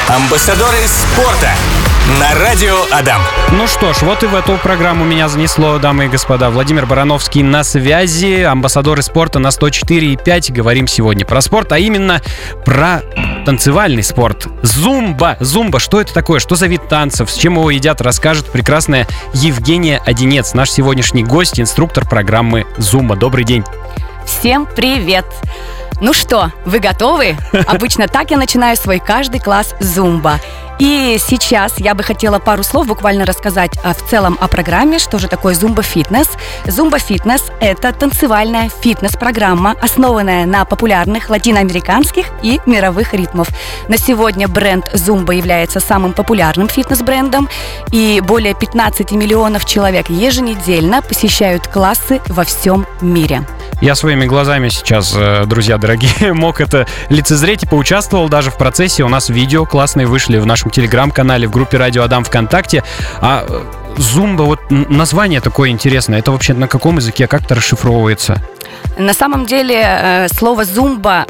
Амбассадоры спорта на радио Адам. Ну что ж, вот и в эту программу меня занесло, дамы и господа. Владимир Барановский на связи, амбассадоры спорта на 104,5. Говорим сегодня про спорт, а именно про танцевальный спорт. Зумба. Зумба, что это такое? Что за вид танцев? С чем его едят, расскажет прекрасная Евгения Одинец, наш сегодняшний гость, инструктор программы Зумба. Добрый день. Всем привет! Ну что, вы готовы? Обычно так я начинаю свой каждый класс зумба. И сейчас я бы хотела пару слов буквально рассказать в целом о программе, что же такое зумба-фитнес. Зумба-фитнес – это танцевальная фитнес-программа, основанная на популярных латиноамериканских и мировых ритмах. На сегодня бренд Зумба является самым популярным фитнес-брендом, и более 15 миллионов человек еженедельно посещают классы во всем мире. Я своими глазами сейчас, друзья дорогие, мог это лицезреть и поучаствовал даже в процессе. У нас видео классные вышли в нашем телеграм-канале, в группе Радио Адам ВКонтакте. А зумба, вот название такое интересное. Это вообще на каком языке, как-то расшифровывается? На самом деле слово «зумба»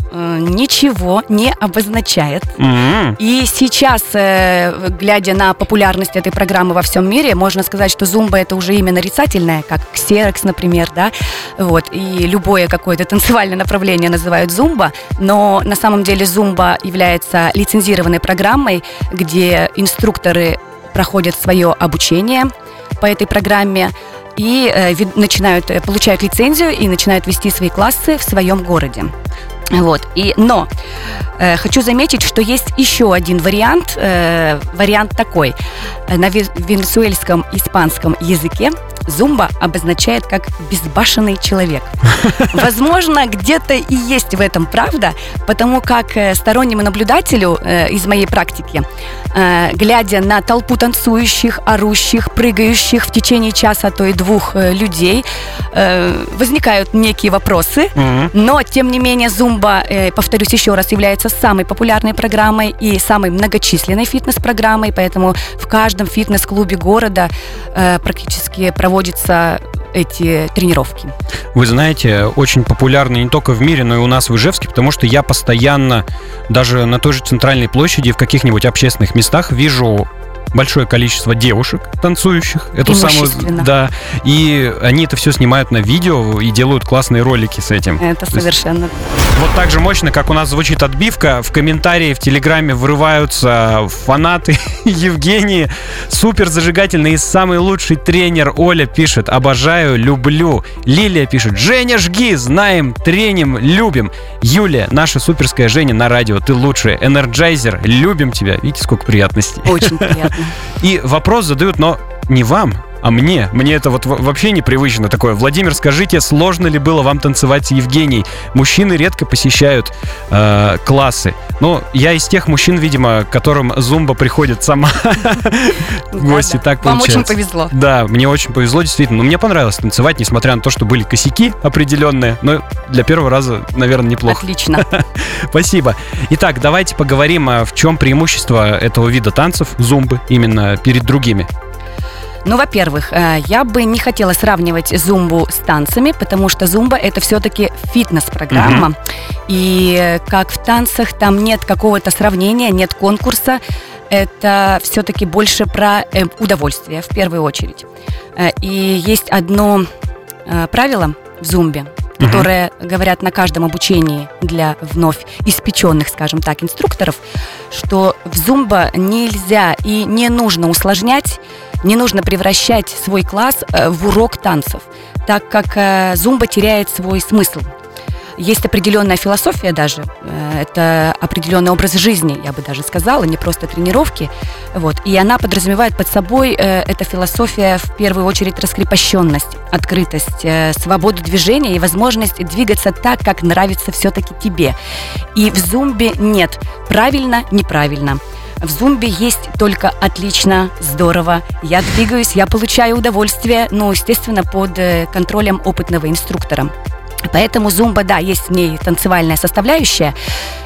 ничего не обозначает. И сейчас, глядя на популярность этой программы во всем мире, можно сказать, что зумба – это уже имя нарицательное, как ксерокс, например, да? Вот. И любое какое-то танцевальное направление называют зумба, но на самом деле зумба является лицензированной программой, где инструкторы проходят свое обучение по этой программе и получают лицензию и начинают вести свои классы в своем городе. Вот. Но хочу заметить, что есть еще один вариант. Вариант такой. На венесуэльском испанском языке зумба обозначает как «безбашенный человек». Возможно, где-то и есть в этом правда, потому как стороннему наблюдателю из моей практики, глядя на толпу танцующих, орущих, прыгающих в течение часа, а то и двух людей, возникают некие вопросы, но, тем не менее, зумба, повторюсь еще раз, является самой популярной программой и самой многочисленной фитнес-программой, поэтому в каждом фитнес-клубе города практически проводятся эти тренировки. Вы знаете, очень популярны не только в мире, но и у нас в Ижевске, потому что я постоянно, даже на той же центральной площади, в каких-нибудь общественных местах вижу большое количество девушек, танцующих. Эту самую, да, и они это все снимают на видео и делают классные ролики с этим. Это совершенно. Вот так же мощно, как у нас звучит отбивка, в комментарии в Телеграме врываются фанаты Евгении. Супер зажигательный и самый лучший тренер. Оля пишет: обожаю, люблю. Лилия пишет: Женя, жги, знаем, треним, любим. Юлия, наша суперская Женя на радио, ты лучшая. Энерджайзер, любим тебя. Видите, сколько приятностей. Очень приятно. И вопрос задают, но не вам, а мне. Мне это вот вообще непривычно такое. Владимир, скажите, сложно ли было вам танцевать с Евгенией? Мужчины редко посещают классы. Но я из тех мужчин, видимо, которым зумба приходит сама в гости. Так получается. Вам очень повезло. Да, мне очень повезло, действительно. Но мне понравилось танцевать, несмотря на то, что были косяки определенные. Но для первого раза, наверное, неплохо. Отлично. Спасибо. Итак, давайте поговорим, в чем преимущество этого вида танцев, зумбы, именно перед другими. Ну, во-первых, я бы не хотела сравнивать зумбу с танцами, потому что зумба – это все-таки фитнес-программа. И как в танцах, там нет какого-то сравнения, нет конкурса. Это все-таки больше про удовольствие, в первую очередь. И есть одно правило в зумбе, которые говорят на каждом обучении для вновь испеченных, скажем так, инструкторов, что в зумба нельзя и не нужно усложнять, не нужно превращать свой класс в урок танцев, так как зумба теряет свой смысл. Есть определенная философия даже, это определенный образ жизни, я бы даже сказала, не просто тренировки. Вот. И она подразумевает под собой, эта философия, в первую очередь, раскрепощенность, открытость, свободу движения и возможность двигаться так, как нравится все-таки тебе. И в зумбе нет правильно, неправильно. В зумбе есть только отлично, здорово, я двигаюсь, я получаю удовольствие, но, естественно, под контролем опытного инструктора. Поэтому зумба, да, есть в ней танцевальная составляющая,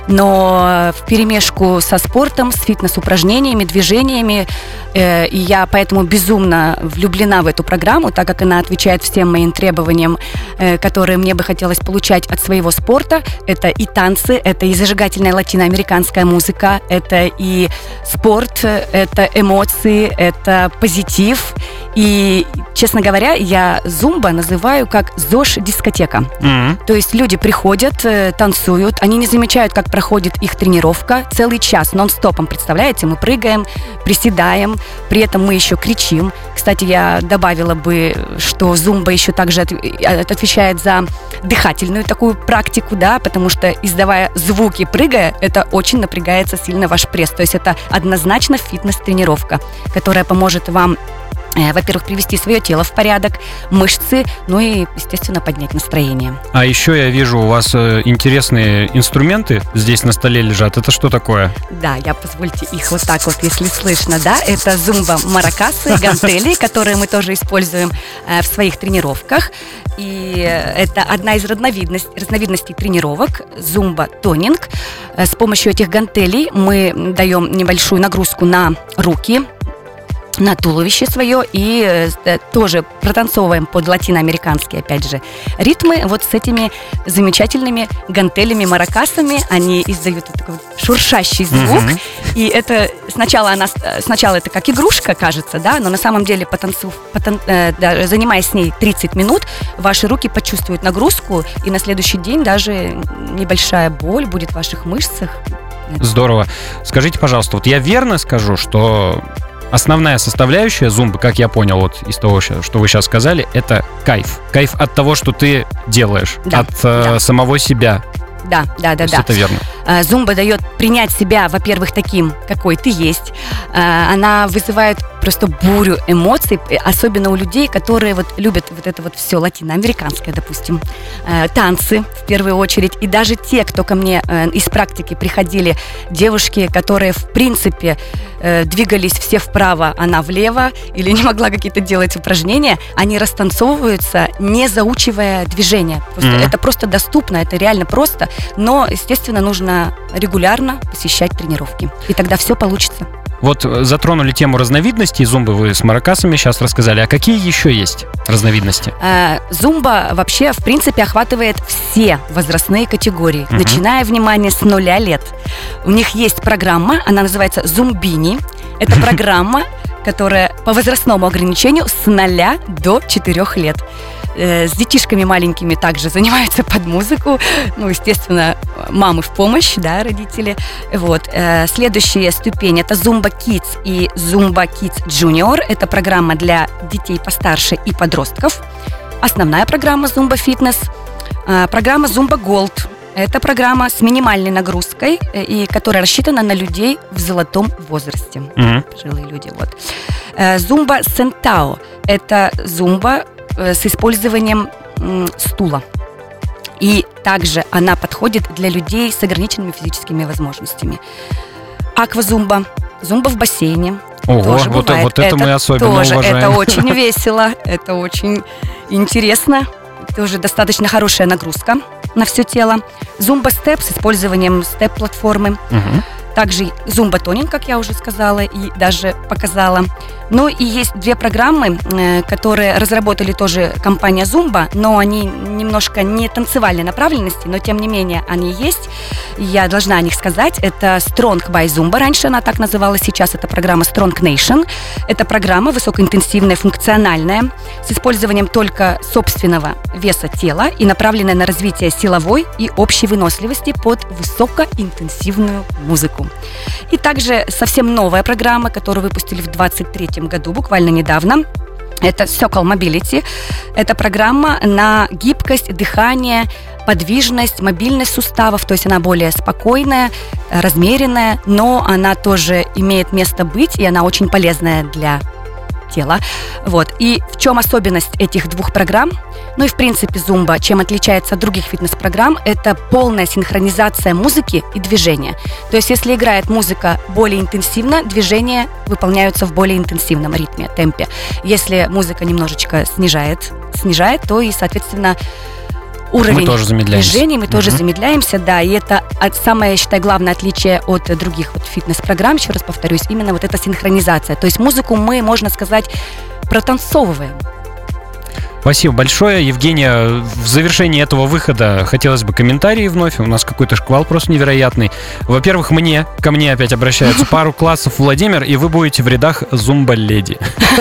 но вперемешку со спортом, с фитнес-упражнениями, движениями. И я поэтому безумно влюблена в эту программу, так как она отвечает всем моим требованиям, которые мне бы хотелось получать от своего спорта. Это и танцы, это и зажигательная латиноамериканская музыка, это и спорт, это эмоции, это позитив. И, честно говоря, я зумба называю как ЗОЖ-дискотека. То есть люди приходят, танцуют, они не замечают, как проходит их тренировка целый час, нон-стопом, представляете? Мы прыгаем, приседаем, при этом мы еще кричим. Кстати, я добавила бы, что зумба еще также отвечает за дыхательную такую практику, да, потому что, издавая звуки, прыгая, это очень напрягается сильно ваш пресс. То есть это однозначно фитнес-тренировка, которая поможет вам, во-первых, привести свое тело в порядок, мышцы, ну и, естественно, поднять настроение. А еще я вижу, у вас интересные инструменты здесь на столе лежат. Это что такое? Да, позвольте их вот так вот, если слышно, да. Это зумба-маракасы, гантели, которые мы тоже используем в своих тренировках. И это одна из разновидностей тренировок, зумба-тонинг. С помощью этих гантелей мы даем небольшую нагрузку на руки, на туловище свое и тоже протанцовываем под латиноамериканские, опять же, ритмы вот с этими замечательными гантелями-маракасами. Они издают вот такой вот шуршащий звук. И это сначала это как игрушка кажется, да, но на самом деле занимаясь с ней 30 минут, ваши руки почувствуют нагрузку, и на следующий день даже небольшая боль будет в ваших мышцах. Здорово. Скажите, пожалуйста, вот я верно скажу, что основная составляющая зумбы, как я понял вот из того, что вы сейчас сказали, это кайф. Кайф от того, что ты делаешь, от самого себя. Да. Это верно. Зумба дает принять себя, во-первых, таким, какой ты есть. Она вызывает просто бурю эмоций, особенно у людей, которые вот любят вот это вот все латиноамериканское, допустим, танцы в первую очередь. И даже те, кто ко мне из практики приходили, девушки, которые в принципе двигались все вправо, она влево, или не могла какие-то делать упражнения, они растанцовываются, не заучивая движения. Это просто доступно, это реально просто, но, естественно, нужно регулярно посещать тренировки, и тогда все получится. Вот затронули тему разновидностей зумбы, вы с маракасами сейчас рассказали. А какие еще есть разновидности? Зумба вообще, в принципе, охватывает все возрастные категории, начиная, внимание, с 0 лет. У них есть программа, она называется «Зумбини». Это программа, которая по возрастному ограничению с 0 до 4 лет. С детишками маленькими также занимаются под музыку. Ну, естественно, мамы в помощь, да, родители. Вот. Следующая ступень – это Zumba Kids и Zumba Kids Junior. Это программа для детей постарше и подростков. Основная программа Zumba Fitness. Программа Zumba Gold. Это программа с минимальной нагрузкой, и которая рассчитана на людей в золотом возрасте. Пожилые люди, вот. Zumba Sentao. Это зумба с использованием стула. И также она подходит для людей с ограниченными физическими возможностями. Аквазумба, зумба в бассейне. Ого, вот это мы особенно уважаем. Это очень весело, это очень интересно. Тоже достаточно хорошая нагрузка на все тело. Зумба степ с использованием степ-платформы. Также зумба-тонинг, как я уже сказала и даже показала. Ну и есть две программы, которые разработали тоже компания Zumba, но они немножко не танцевальной направленности, но тем не менее они есть. Я должна о них сказать. Это Strong by Zumba, раньше она так называлась, сейчас это программа Strong Nation. Это программа высокоинтенсивная, функциональная, с использованием только собственного веса тела и направленная на развитие силовой и общей выносливости под высокоинтенсивную музыку. И также совсем новая программа, которую выпустили в 2023 году, буквально недавно. Это Circle Mobility. Это программа на гибкость, дыхание, подвижность, мобильность суставов. То есть она более спокойная, размеренная, но она тоже имеет место быть, и она очень полезная для тела. Вот. И в чем особенность этих двух программ? Ну и в принципе зумба, чем отличается от других фитнес-программ, это полная синхронизация музыки и движения. То есть если играет музыка более интенсивно, движения выполняются в более интенсивном ритме, темпе. Если музыка немножечко снижает, то и, соответственно, уровень мы тоже движений, мы тоже замедляемся, да, и это самое, я считаю, главное отличие от других вот фитнес-программ, еще раз повторюсь, именно вот эта синхронизация. То есть музыку мы, можно сказать, протанцовываем. Спасибо большое, Евгения. В завершении этого выхода хотелось бы комментарии вновь. У нас какой-то шквал просто невероятный. Во-первых, ко мне опять обращаются пару классов, Владимир, и вы будете в рядах зумба-леди.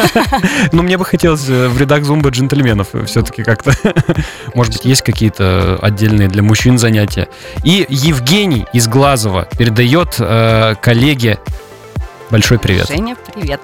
Но мне бы хотелось в рядах зумба-джентльменов все-таки как-то. Может быть, есть какие-то отдельные для мужчин занятия. И Евгений из Глазова передает коллеге большой привет. Женя, привет.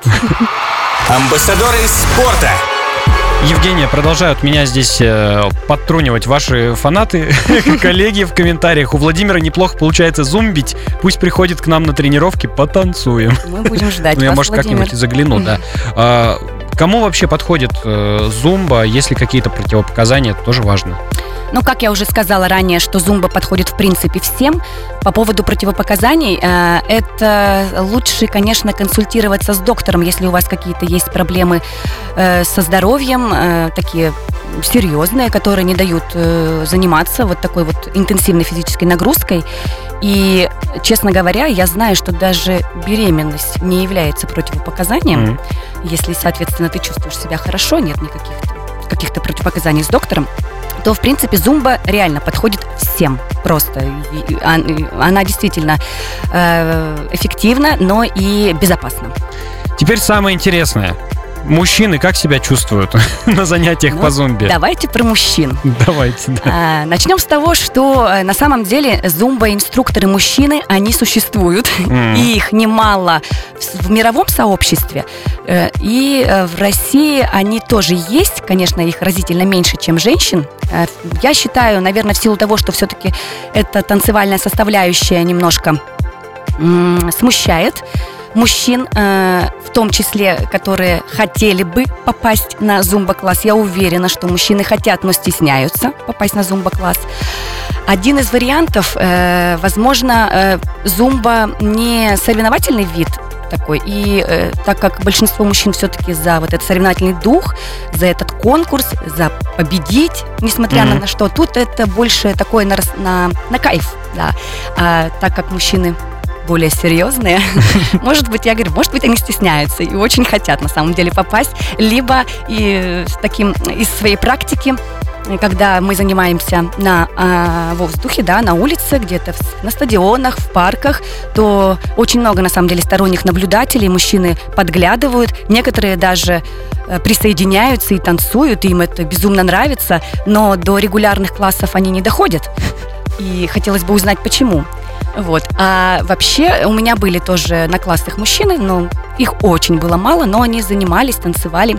Амбассадоры спорта. Евгения, продолжают меня здесь подтрунивать ваши фанаты, коллеги в комментариях. У Владимира неплохо получается зумбить. Пусть приходит к нам на тренировки, потанцуем. Мы будем ждать вас, я, может, Владимир. как-нибудь и загляну, да. Кому вообще подходит зумба? Есть ли какие-то противопоказания? Это тоже важно. Ну, как я уже сказала ранее, что зумба подходит в принципе всем. По поводу противопоказаний, это лучше, конечно, консультироваться с доктором, если у вас какие-то есть проблемы со здоровьем, такие серьезные, которые не дают заниматься вот такой вот интенсивной физической нагрузкой. И, честно говоря, я знаю, что даже беременность не является противопоказанием. Если, соответственно, ты чувствуешь себя хорошо, нет никаких каких-то противопоказаний с доктором, то, в принципе, зумба реально подходит всем просто. Она действительно эффективна, но и безопасна. Теперь самое интересное. Мужчины как себя чувствуют на занятиях по зумбе? Давайте про мужчин. Давайте, да. Начнем с того, что на самом деле зумба-инструкторы мужчины, они существуют. И их немало в мировом сообществе. И в России они тоже есть. Конечно, их разительно меньше, чем женщин. Я считаю, наверное, в силу того, что все-таки эта танцевальная составляющая немножко смущает мужчин, в том числе, которые хотели бы попасть на зумба-класс. Я уверена, что мужчины хотят, но стесняются попасть на зумба-класс. Один из вариантов, возможно, зумба не соревновательный вид такой. И так как большинство мужчин все-таки за вот этот соревновательный дух, за этот конкурс, за победить, несмотря на что, тут это больше такое на кайф, да. Так как мужчины более серьезные, может быть, я говорю, может быть, они стесняются и очень хотят на самом деле попасть, либо и из своей практики, когда мы занимаемся на воздухе, да, на улице, где-то на стадионах, в парках, то очень много, на самом деле, сторонних наблюдателей, мужчины подглядывают, некоторые даже присоединяются и танцуют, им это безумно нравится, но до регулярных классов они не доходят. И хотелось бы узнать, почему. Вот. А вообще у меня были тоже на классах мужчины, но их очень было мало, но они занимались, танцевали.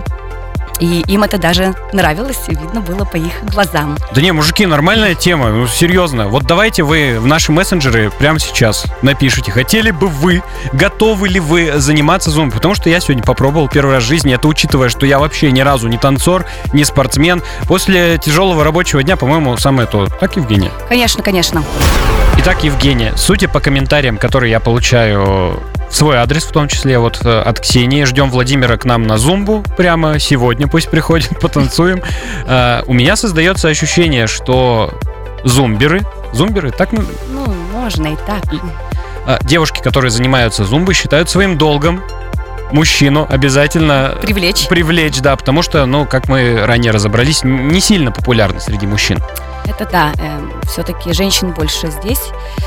И им это даже нравилось, и видно было по их глазам. Да не, мужики, нормальная тема, ну серьезно. Вот давайте вы в наши мессенджеры прямо сейчас напишите, хотели бы вы, готовы ли вы заниматься зумбой. Потому что я сегодня попробовал первый раз в жизни, это учитывая, что я вообще ни разу не танцор, не спортсмен. После тяжелого рабочего дня, по-моему, самое то. Так, Евгения? Конечно, конечно. Итак, Евгения, судя по комментариям, которые я получаю в свой адрес, в том числе вот от Ксении, ждем Владимира к нам на зумбу прямо сегодня, пусть приходит, потанцуем. У меня создается ощущение, что зумберы, так? Ну, можно и так. Девушки, которые занимаются зумбой, считают своим долгом мужчину обязательно привлечь, да, потому что, ну, как мы ранее разобрались, не сильно популярны среди мужчин. Это да, все-таки женщин больше здесь.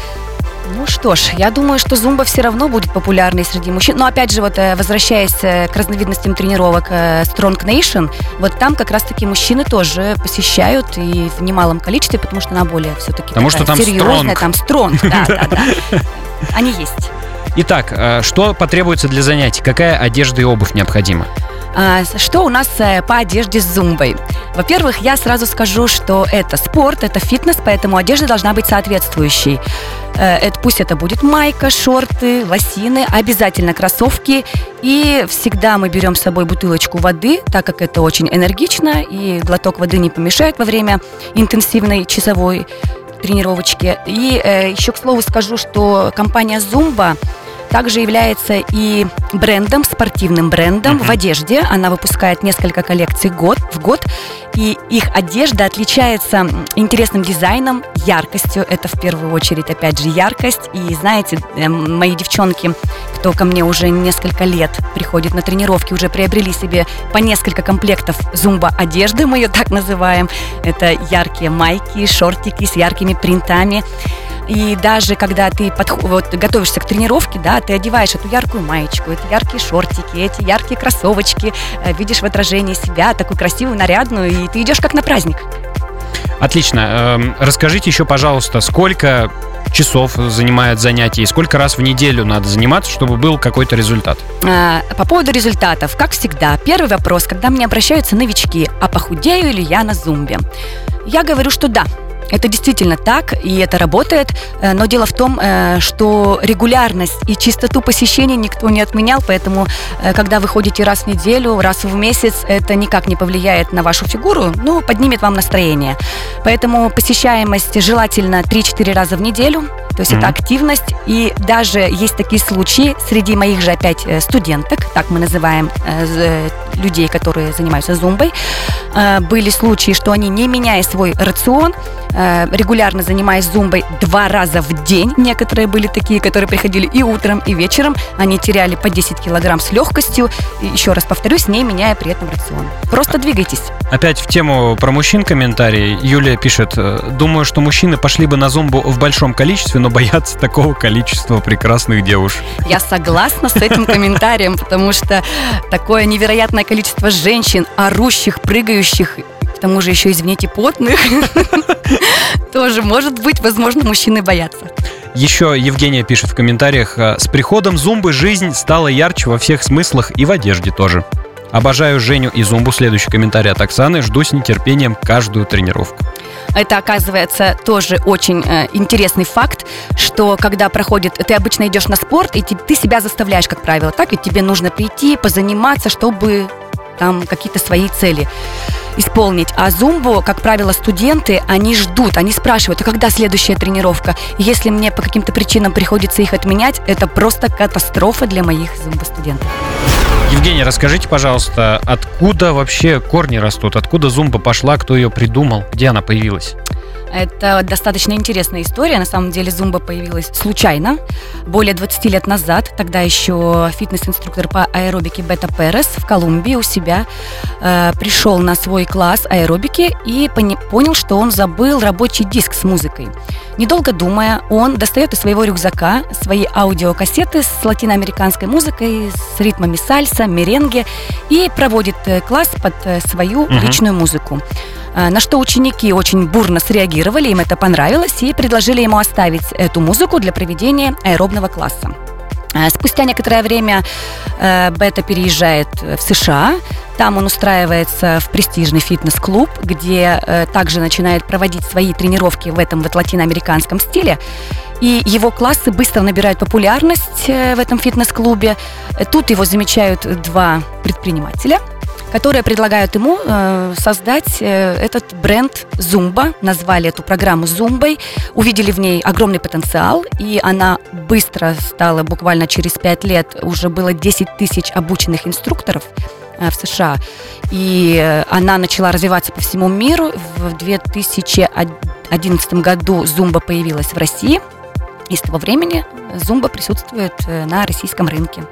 Ну что ж, я думаю, что зумба все равно будет популярной среди мужчин. Но опять же, вот возвращаясь к разновидностям тренировок Strong Nation, вот там как раз-таки мужчины тоже посещают и в немалом количестве, потому что она более все-таки потому что там серьезная, там стронг, да. Они есть. Итак, что потребуется для занятий? Какая одежда и обувь необходима? Что у нас по одежде с зумбой? Во-первых, я сразу скажу, что это спорт, это фитнес, поэтому одежда должна быть соответствующей. Пусть это будет майка, шорты, лосины, обязательно кроссовки. И всегда мы берем с собой бутылочку воды, так как это очень энергично, и глоток воды не помешает во время интенсивной часовой тренировочки. И еще, к слову, скажу, что компания Zumba также является и брендом, спортивным брендом в одежде. Она выпускает несколько коллекций в год. И их одежда отличается интересным дизайном, яркостью. Это в первую очередь, опять же, яркость. И знаете, мои девчонки, кто ко мне уже несколько лет приходит на тренировки, уже приобрели себе по несколько комплектов зумба-одежды, мы ее так называем. Это яркие майки, шортики с яркими принтами. И даже когда ты готовишься к тренировке, да, ты одеваешь эту яркую маечку, эти яркие шортики, эти яркие кроссовочки, видишь в отражении себя такую красивую, нарядную, и ты идешь как на праздник. Отлично. Расскажите еще, пожалуйста, сколько часов занимает занятие и сколько раз в неделю надо заниматься, чтобы был какой-то результат? По поводу результатов, как всегда, первый вопрос, когда мне обращаются новички, а похудею ли я на зумбе? Я говорю, что да. Это действительно так, и это работает, но дело в том, что регулярность и чистоту посещений никто не отменял, поэтому, когда вы ходите раз в неделю, раз в месяц, это никак не повлияет на вашу фигуру, но поднимет вам настроение. Поэтому посещаемость желательно 3-4 раза в неделю, то есть это активность, и даже есть такие случаи среди моих же опять студенток, так мы называем людей, которые занимаются зумбой, были случаи, что они, не меняя свой рацион, регулярно занимаясь зумбой 2 раза в день. Некоторые были такие, которые приходили и утром, и вечером. Они теряли по 10 килограмм с легкостью. И еще раз повторюсь, не меняя при этом рацион. Просто двигайтесь. Опять в тему про мужчин комментарий. Юлия пишет: думаю, что мужчины пошли бы на зумбу в большом количестве, но боятся такого количества прекрасных девушек. Я согласна с этим комментарием, потому что такое невероятное количество женщин, орущих, прыгающих, к тому же еще, извините, потных, тоже может быть, возможно, мужчины боятся. Еще Евгения пишет в комментариях: с приходом зумбы жизнь стала ярче во всех смыслах и в одежде тоже. Обожаю Женю и зумбу. Следующий комментарий от Оксаны. Жду с нетерпением каждую тренировку. Это, оказывается, тоже очень интересный факт, что когда проходит, ты обычно идешь на спорт, и ты себя заставляешь, как правило, так, ведь тебе нужно прийти, позаниматься, чтобы там какие-то свои цели исполнить. А зумбу, как правило, студенты, они ждут, они спрашивают, а когда следующая тренировка? И если мне по каким-то причинам приходится их отменять, это просто катастрофа для моих зумба-студентов. Евгения, расскажите, пожалуйста, откуда вообще корни растут? Откуда зумба пошла? Кто ее придумал? Где она появилась? Это достаточно интересная история. На самом деле зумба появилась случайно, более 20 лет назад. Тогда еще фитнес-инструктор по аэробике Бета Перес в Колумбии у себя пришел на свой класс аэробики и понял, что он забыл рабочий диск с музыкой. Недолго думая, он достает из своего рюкзака свои аудиокассеты с латиноамериканской музыкой, с ритмами сальса, меренге и проводит класс под свою личную музыку. На что ученики очень бурно среагировали, им это понравилось, и предложили ему оставить эту музыку для проведения аэробного класса. Спустя некоторое время Бета переезжает в США. Там он устраивается в престижный фитнес-клуб, где также начинает проводить свои тренировки в этом вот латиноамериканском стиле. И его классы быстро набирают популярность в этом фитнес-клубе. Тут его замечают 2 предпринимателя, которые предлагают ему создать этот бренд Zumba, назвали эту программу Зумбой, увидели в ней огромный потенциал, и она быстро стала, буквально через 5 лет, уже было 10 тысяч обученных инструкторов в США, и она начала развиваться по всему миру. В 2011 году Зумба появилась в России, и с того времени Зумба присутствует на российском рынке.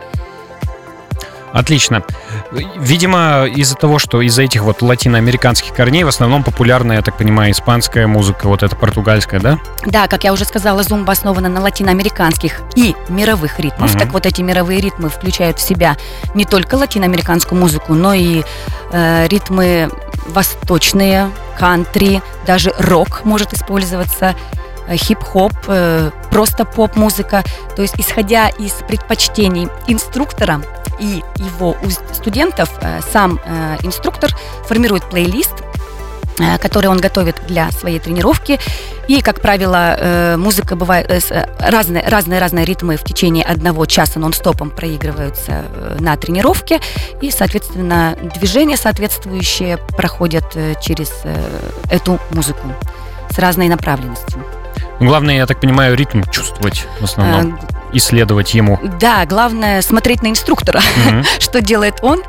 Отлично. Видимо, из-за того, что из-за этих вот латиноамериканских корней в основном популярна, я так понимаю, испанская музыка, вот эта португальская, да? Да, как я уже сказала, зумба основана на латиноамериканских и мировых ритмах. Так вот, эти мировые ритмы включают в себя не только латиноамериканскую музыку, но и ритмы восточные, кантри, даже рок может использоваться, хип-хоп, просто поп-музыка. То есть, исходя из предпочтений инструктора и его студентов, сам инструктор формирует плейлист, который он готовит для своей тренировки. И, как правило, музыка бывает разные ритмы в течение 1 часа нон-стопом проигрываются на тренировке. И, соответственно, движения соответствующие проходят через эту музыку с разной направленностью. Главное, я так понимаю, ритм чувствовать в основном, исследовать ему. Да, главное смотреть на инструктора, что делает он.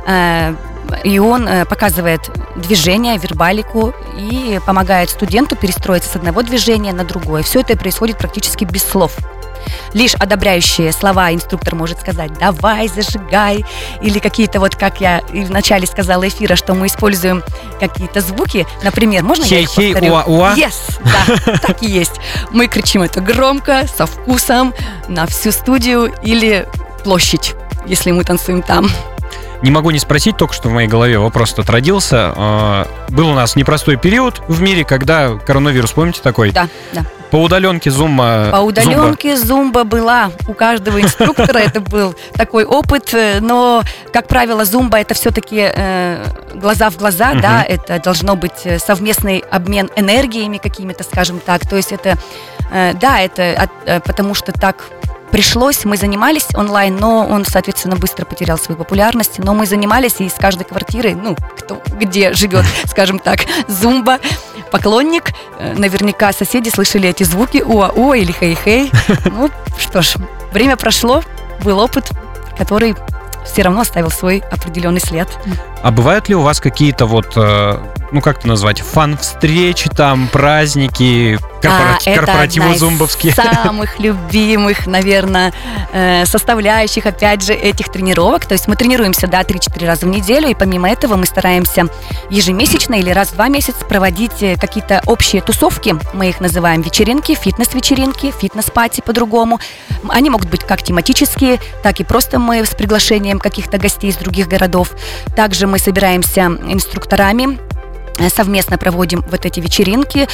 И он показывает движение, вербалику и помогает студенту перестроиться с одного движения на другое. Все это происходит практически без слов. Лишь одобряющие слова инструктор может сказать: давай, зажигай, или какие-то, вот как я и вначале сказала эфира, что мы используем какие-то звуки, например, можно я их повторю? Хей-хей, уа-уа. Yes, да, так и есть. Мы кричим это громко, со вкусом, на всю студию или площадь, если мы танцуем там. Не могу не спросить, только что в моей голове вопрос тут родился. Был у нас непростой период в мире, когда коронавирус, помните такой? Да, да. По удаленке зумба. По удаленке зумба была у каждого инструктора, это был такой опыт, но, как правило, зумба это все-таки глаза в глаза, да, это должно быть совместный обмен энергиями какими-то, скажем так, то есть это, да, это потому что так пришлось, мы занимались онлайн, но он, соответственно, быстро потерял свою популярность, но мы занимались, и из каждой квартиры, кто где живет, скажем так, зумба, поклонник, наверняка соседи слышали эти звуки уа-уа или хей-хей. Ну, что ж, время прошло, был опыт, который все равно оставил свой определенный след. А бывают ли у вас какие-то как это назвать, фан-встречи, там, праздники, корпоративы зумбовские? Это одна из самых любимых, наверное, составляющих, опять же, этих тренировок. То есть мы тренируемся, 3-4 раза в неделю, и помимо этого мы стараемся ежемесячно или раз в 2 месяца проводить какие-то общие тусовки. Мы их называем вечеринки, фитнес-вечеринки, фитнес-пати по-другому. Они могут быть как тематические, так и просто мы с приглашением каких-то гостей из других городов. Также мы собираемся инструкторами, совместно проводим вот эти вечеринки,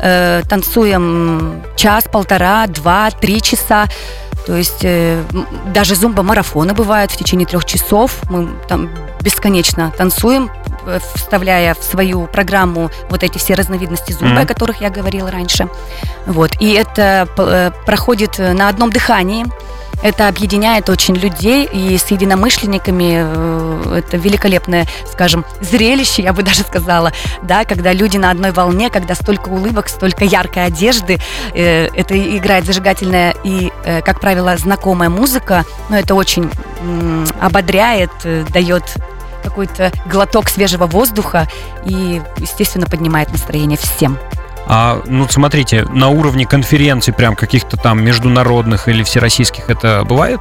танцуем час, полтора, 2, 3 часа. То есть даже зумба-марафоны бывают в течение 3 часов. Мы там бесконечно танцуем, вставляя в свою программу вот эти все разновидности зумбы, о которых я говорила раньше. Вот. И это проходит на одном дыхании. Это объединяет очень людей, и с единомышленниками это великолепное, скажем, зрелище, я бы даже сказала, да, когда люди на одной волне, когда столько улыбок, столько яркой одежды, это играет зажигательная и, как правило, знакомая музыка, но это очень ободряет, дает какой-то глоток свежего воздуха и, естественно, поднимает настроение всем. Смотрите, на уровне конференций, прям каких-то там международных или всероссийских, это бывает?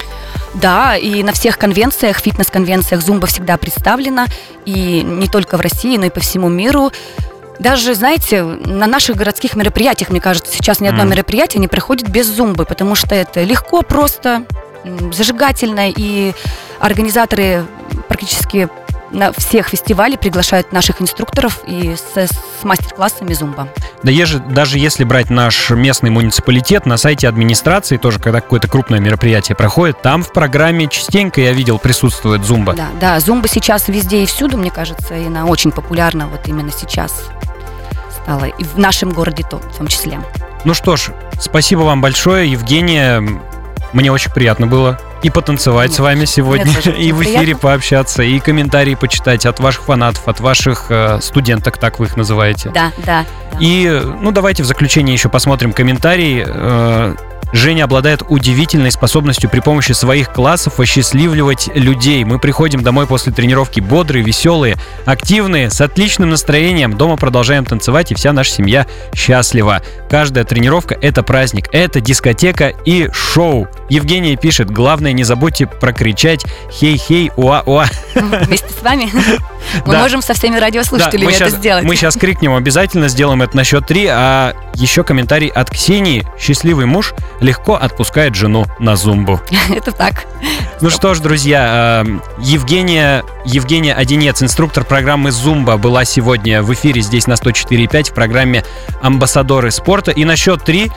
Да, и на всех конвенциях, фитнес-конвенциях зумба всегда представлена, и не только в России, но и по всему миру. Даже, знаете, на наших городских мероприятиях, мне кажется, сейчас ни одно мероприятие не проходит без зумбы, потому что это легко, просто, зажигательно, и организаторы практически на всех фестивалях приглашают наших инструкторов и с мастер-классами зумба. Да даже если брать наш местный муниципалитет, на сайте администрации тоже, когда какое-то крупное мероприятие проходит, там в программе частенько, я видел, присутствует зумба. Да, зумба сейчас везде и всюду, мне кажется, и она очень популярна вот именно сейчас стала, и в нашем городе в том числе. Ну что ж, спасибо вам большое, Евгения. Мне очень приятно было и потанцевать с вами сегодня, и в эфире пообщаться, и комментарии почитать от ваших фанатов, от ваших студенток, так вы их называете. Да. И, давайте в заключение еще посмотрим комментарии. Женя обладает удивительной способностью при помощи своих классов осчастливливать людей. Мы приходим домой после тренировки бодрые, веселые, активные, с отличным настроением. Дома продолжаем танцевать, и вся наша семья счастлива. Каждая тренировка — это праздник, это дискотека и шоу. Евгения пишет: главное, не забудьте прокричать «хей-хей, уа-уа». Вместе с вами мы можем со всеми радиослушателями это сделать. Мы сейчас крикнем, обязательно сделаем это на счет 3. А еще комментарий от Ксении: счастливый муж легко отпускает жену на зумбу. Это так. Ну что ж, друзья, Евгения Одинец, инструктор программы «Зумба», была сегодня в эфире здесь на 104.5 в программе «Амбассадоры спорта». И на счет 3...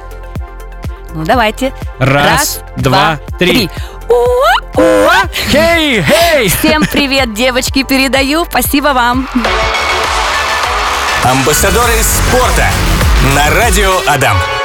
Давайте. Раз, два, три. Хей! Всем привет, девочки, передаю. Спасибо вам. Амбассадоры спорта на радио Адам.